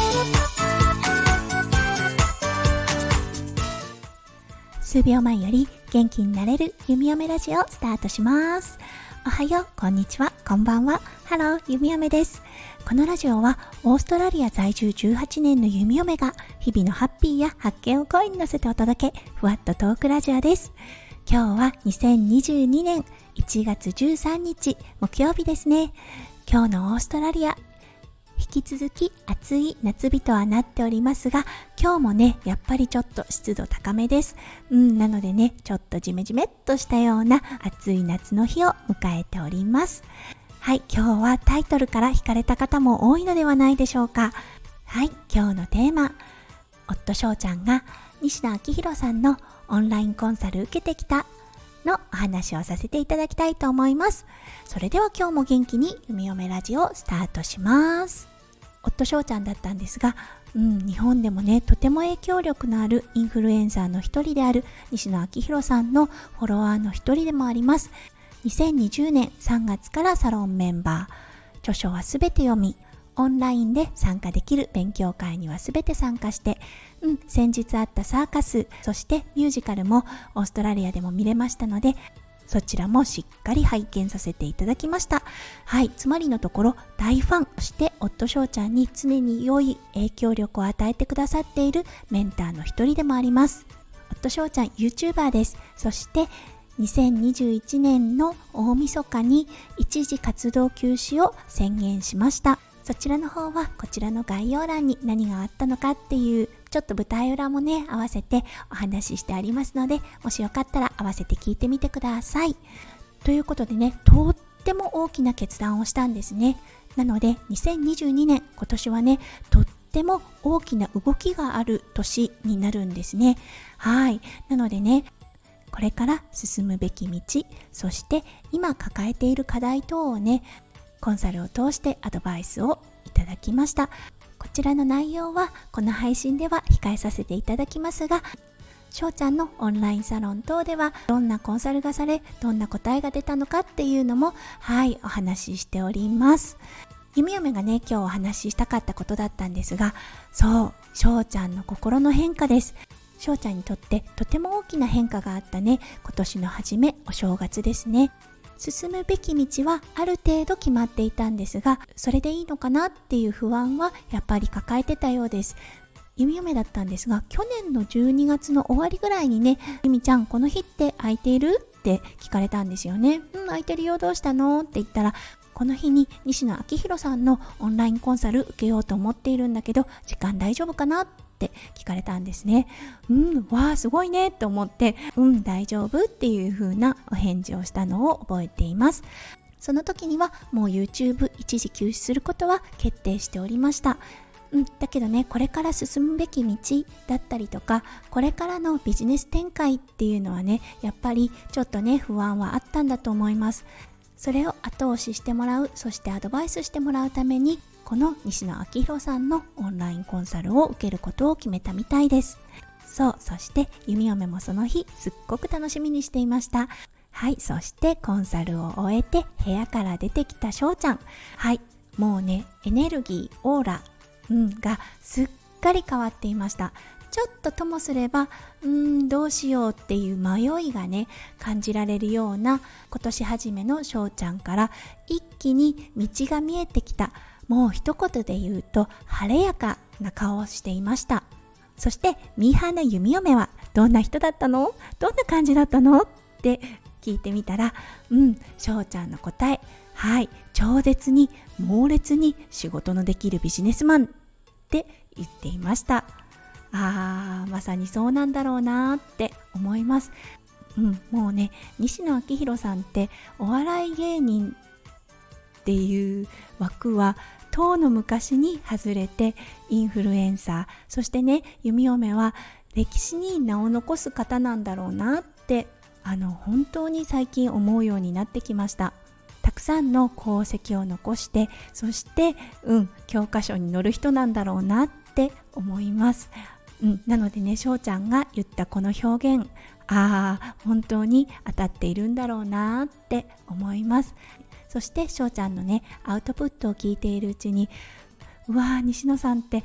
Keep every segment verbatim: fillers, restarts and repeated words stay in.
数秒前より元気になれる弓嫁ラジオスタートします。おはよう、こんにちは、こんばんは。ハロー、弓嫁です。このラジオはオーストラリア在住じゅうはちねんの弓嫁が日々のハッピーや発見を声に乗せてお届け、ふわっとトークラジオです。今日はにせんにじゅうにねんいちがつじゅうさんにち木曜日ですね。今日のオーストラリア、引き続き暑い夏日とはなっておりますが、今日もねやっぱりちょっと湿度高めです。うんなのでね、ちょっとジメジメっとしたような暑い夏の日を迎えております。はい、今日はタイトルから惹かれた方も多いのではないでしょうか。はい、今日のテーマ、夫翔ちゃんが西野昭弘さんのオンラインコンサル受けてきたのお話をさせていただきたいと思います。それでは今日も元気に弓嫁ラジオスタートします。夫翔ちゃんだったんですが、うん、日本でもねとても影響力のあるインフルエンサーの一人である西野昭弘さんのフォロワーの一人でもあります。にせんにじゅうねんさんがつからサロンメンバー、著書はすべて読み、オンラインで参加できる勉強会にはすべて参加して、うん、先日あったサーカス、そしてミュージカルもオーストラリアでも見れましたので、そちらもしっかり拝見させていただきました。はい、つまりのところ大ファン、そして夫翔ちゃんに常に良い影響力を与えてくださっているメンターの一人でもあります。夫翔ちゃん YouTuber です。そしてにせんにじゅういちねんの大晦日に一時活動休止を宣言しました。そちらの方はこちらの概要欄に何があったのかっていうちょっと舞台裏もね合わせてお話ししてありますので、もしよかったら合わせて聞いてみてください。ということでね、とっても大きな決断をしたんですね。なのでにせんにじゅうにねん、今年はねとっても大きな動きがある年になるんですね。はい、なのでね、これから進むべき道、そして今抱えている課題等をねコンサルを通してアドバイスをいただきました。こちらの内容はこの配信では控えさせていただきますが、翔ちゃんのオンラインサロン等ではどんなコンサルがされ、どんな答えが出たのかっていうのもはいお話ししております。弓嫁がね今日お話ししたかったことだったんですが、そう翔ちゃんの心の変化です。翔ちゃんにとってとても大きな変化があったね今年の初め、お正月ですね。進むべき道はある程度決まっていたんですが、それでいいのかなっていう不安はやっぱり抱えてたようです。弓嫁だったんですが、去年のじゅうにがつの終わりぐらいにね、ゆみちゃんこの日って空いているって聞かれたんですよね。うん、空いてるよ、どうしたのって言ったら、この日に西野昭弘さんのオンラインコンサル受けようと思っているんだけど、時間大丈夫かなって聞かれたんですね。うん、わあすごいねって思って、うん大丈夫っていう風なお返事をしたのを覚えています。その時にはもう YouTube 一時休止することは決定しておりました。うん、だけどね、これから進むべき道だったりとか、これからのビジネス展開っていうのはね、やっぱりちょっとね不安はあったんだと思います。それを後押ししてもらう、そしてアドバイスしてもらうために、この西野昭弘さんのオンラインコンサルを受けることを決めたみたいです。そう、そして弓嫁もその日すっごく楽しみにしていました。はい、そしてコンサルを終えて部屋から出てきた翔ちゃん。はい、もうねエネルギー、オーラ、うん、がすっかり変わっていました。ちょっとともすればうーんどうしようっていう迷いがね感じられるような今年初めの翔ちゃんから一気に道が見えてきた、もう一言で言うと晴れやかな顔をしていました。そしてミーハーな弓嫁はどんな人だったの？どんな感じだったの？って聞いてみたら、うん翔ちゃんの答え、はい、超絶に猛烈に仕事のできるビジネスマンって言っていました。あーまさにそうなんだろうなって思います。うん、もうね西野昭弘さんってお笑い芸人っていう枠はとうの昔に外れてインフルエンサー、そしてね弓嫁は歴史に名を残す方なんだろうなってあの本当に最近思うようになってきました。たくさんの功績を残して、そしてうん教科書に載る人なんだろうなって思います。うん、なのでね翔ちゃんが言ったこの表現、ああ本当に当たっているんだろうなって思います。そして翔ちゃんのねアウトプットを聞いているうちに、うわー西野さんって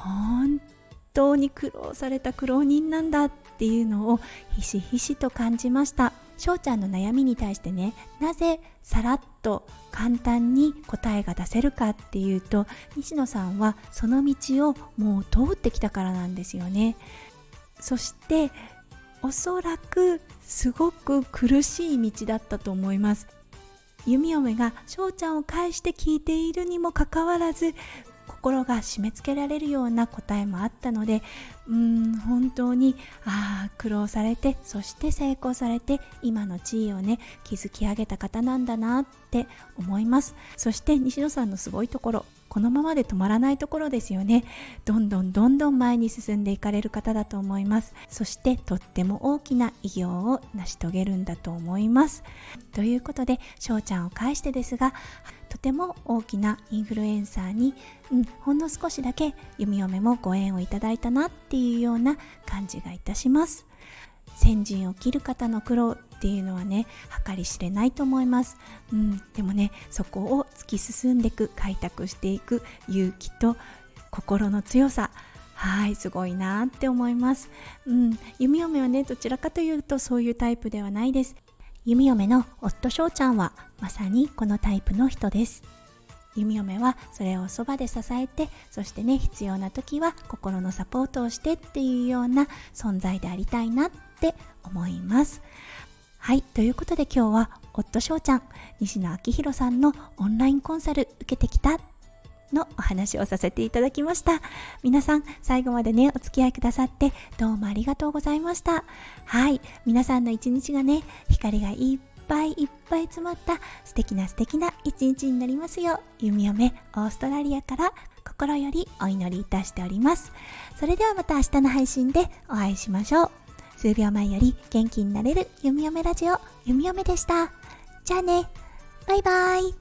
本当に苦労された苦労人なんだっていうのをひしひしと感じました。翔ちゃんの悩みに対してね、なぜさらっと簡単に答えが出せるかっていうと、西野さんはその道をもう通ってきたからなんですよね。そしておそらくすごく苦しい道だったと思います。弓嫁が翔ちゃんを介して聞いているにもかかわらず、心が締め付けられるような答えもあったので、うーん本当にあ苦労されて、そして成功されて今の地位をね築き上げた方なんだなって思います。そして西野さんのすごいところ、このままで止まらないところですよね。どんどんどんどん前に進んでいかれる方だと思います。そしてとっても大きな偉業を成し遂げるんだと思います。ということで翔ちゃんを介してですが、とても大きなインフルエンサーに、うん、ほんの少しだけ弓嫁もご縁をいただいたなっていうような感じがいたします。先陣を切る方の苦労っていうのはね計り知れないと思います、うん、でもねそこを突き進んでいく、開拓していく勇気と心の強さ、はいすごいなって思います、うん、弓嫁はねどちらかというとそういうタイプではないです。弓嫁の夫翔ちゃんはまさにこのタイプの人です。弓嫁はそれをそばで支えて、そしてね必要な時は心のサポートをしてっていうような存在でありたいなって思います。はい、ということで今日は夫翔ちゃん、西野昭弘さんのオンラインコンサル受けてきたのお話をさせていただきました。皆さん最後までねお付き合いくださってどうもありがとうございました。はい、皆さんの一日がね光がいっぱいいっぱい詰まった素敵な素敵な一日になりますよう、弓嫁オーストラリアから心よりお祈りいたしております。それではまた明日の配信でお会いしましょう。数秒前より元気になれる弓嫁ラジオ、弓嫁でした。じゃあね、バイバイ。